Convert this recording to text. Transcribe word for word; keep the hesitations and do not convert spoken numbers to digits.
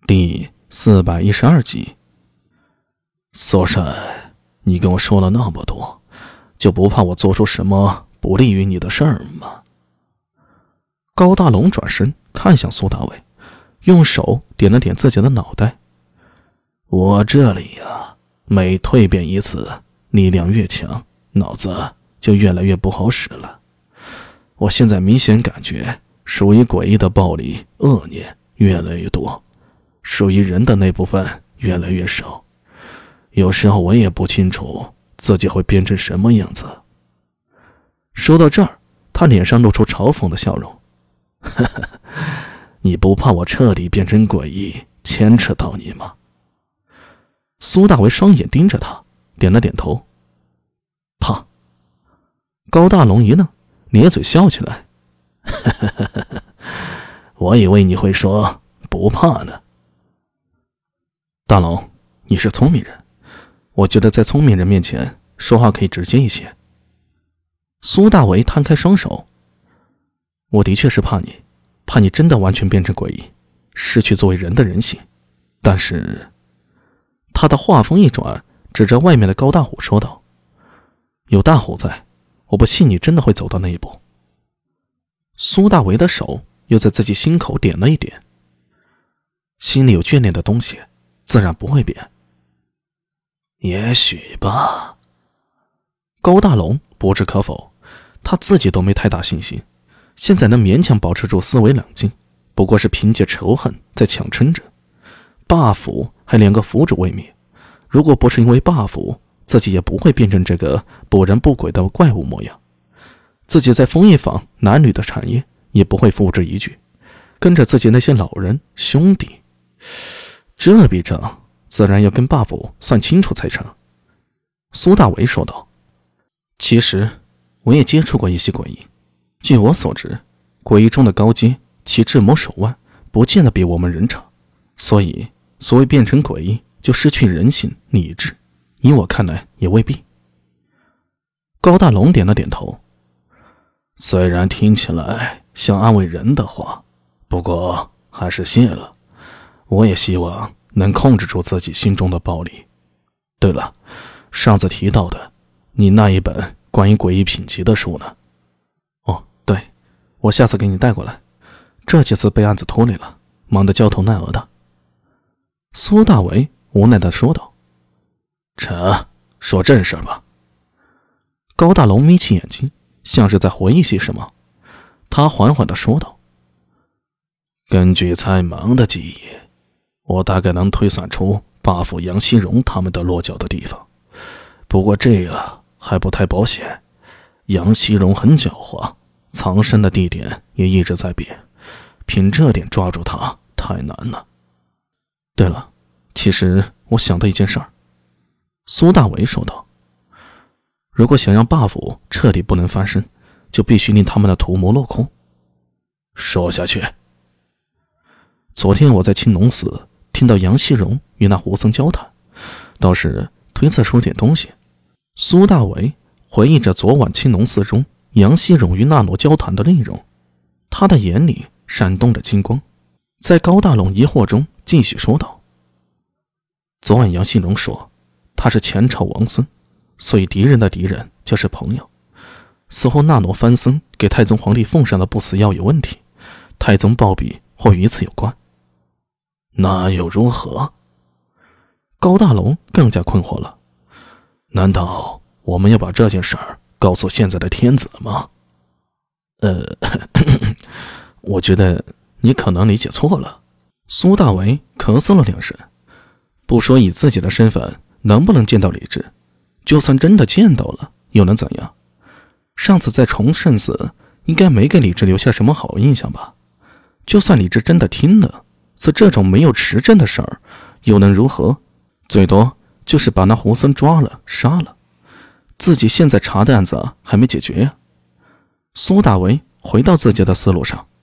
第四百一十二集。苏珊，你跟我说了那么多，就不怕我做出什么不利于你的事儿吗？高大龙转身看向苏大伟，用手点了点自己的脑袋。我这里呀，每蜕变一次，力量越强，脑子就越来越不好使了。我现在明显感觉属于诡异的暴力恶念越来越多，属于人的那部分越来越少，有时候我也不清楚自己会变成什么样子。说到这儿，他脸上露出嘲讽的笑容。呵呵，你不怕我彻底变成诡异，牵扯到你吗？苏大为双眼盯着他，点了点头。怕。高大龙一愣，咧嘴笑起来。呵呵呵呵，我以为你会说不怕呢。大龙，你是聪明人，我觉得在聪明人面前说话可以直接一些。苏大为摊开双手。我的确是怕你，怕你真的完全变成诡异，失去作为人的人性。但是，他的话锋一转，指着外面的高大虎说道：“有大虎在，我不信你真的会走到那一步。”苏大为的手又在自己心口点了一点。心里有眷恋的东西，自然不会变。也许吧。高大龙不置可否，他自己都没太大信心，现在能勉强保持住思维冷静，不过是凭借仇恨在强撑着。霸府还连个府主未灭，如果不是因为霸府，自己也不会变成这个不人不鬼的怪物模样。自己在枫叶坊男女的产业也不会付之一炬，跟着自己那些老人兄弟，这笔账自然要跟霸府算清楚才成。苏大为说道：“其实我也接触过一些诡异，据我所知，诡异中的高阶，其智谋手腕不见得比我们人差，所以所谓变成诡异就失去人性理智，以我看来也未必。”高大龙点了点头。虽然听起来像安慰人的话，不过还是谢了。我也希望能控制住自己心中的暴力。对了，上次提到的你那一本关于诡异品级的书呢？哦，对，我下次给你带过来。这几次被案子拖累了，忙得焦头烂额的。苏大为无奈地说道。这，说正事吧。高大龙眯起眼睛，像是在回忆些什么。他缓缓地说道：根据蔡芒的记忆，我大概能推算出霸府杨希荣他们的落脚的地方，不过这个还不太保险。杨希荣很狡猾，藏身的地点也一直在变，凭这点抓住他太难了。对了，其实我想到一件事儿。苏大为说道：如果想让霸府彻底不能翻身，就必须令他们的图谋落空。说下去。昨天我在青龙寺听到杨希荣与那胡僧交谈，倒是推测出点东西。苏大为回忆着昨晚青龙寺中杨希荣与纳罗交谈的内容，他的眼里闪动着金光，在高大龙疑惑中继续说道：昨晚杨希荣说他是前朝王孙，所以敌人的敌人就是朋友。似乎纳罗藩僧给太宗皇帝奉上的不死药有问题，太宗暴毙或与此有关。那又如何？高大龙更加困惑了。难道我们要把这件事儿告诉现在的天子吗？呃，呵呵，我觉得你可能理解错了。苏大为咳嗽了两声，不说以自己的身份能不能见到李治，就算真的见到了，又能怎样？上次在崇圣寺应该没给李治留下什么好印象吧？就算李治真的听了，是这种没有实证的事儿，又能如何？最多就是把那胡僧抓了杀了。自己现在查的案子还没解决呀。苏大为回到自己的思路上，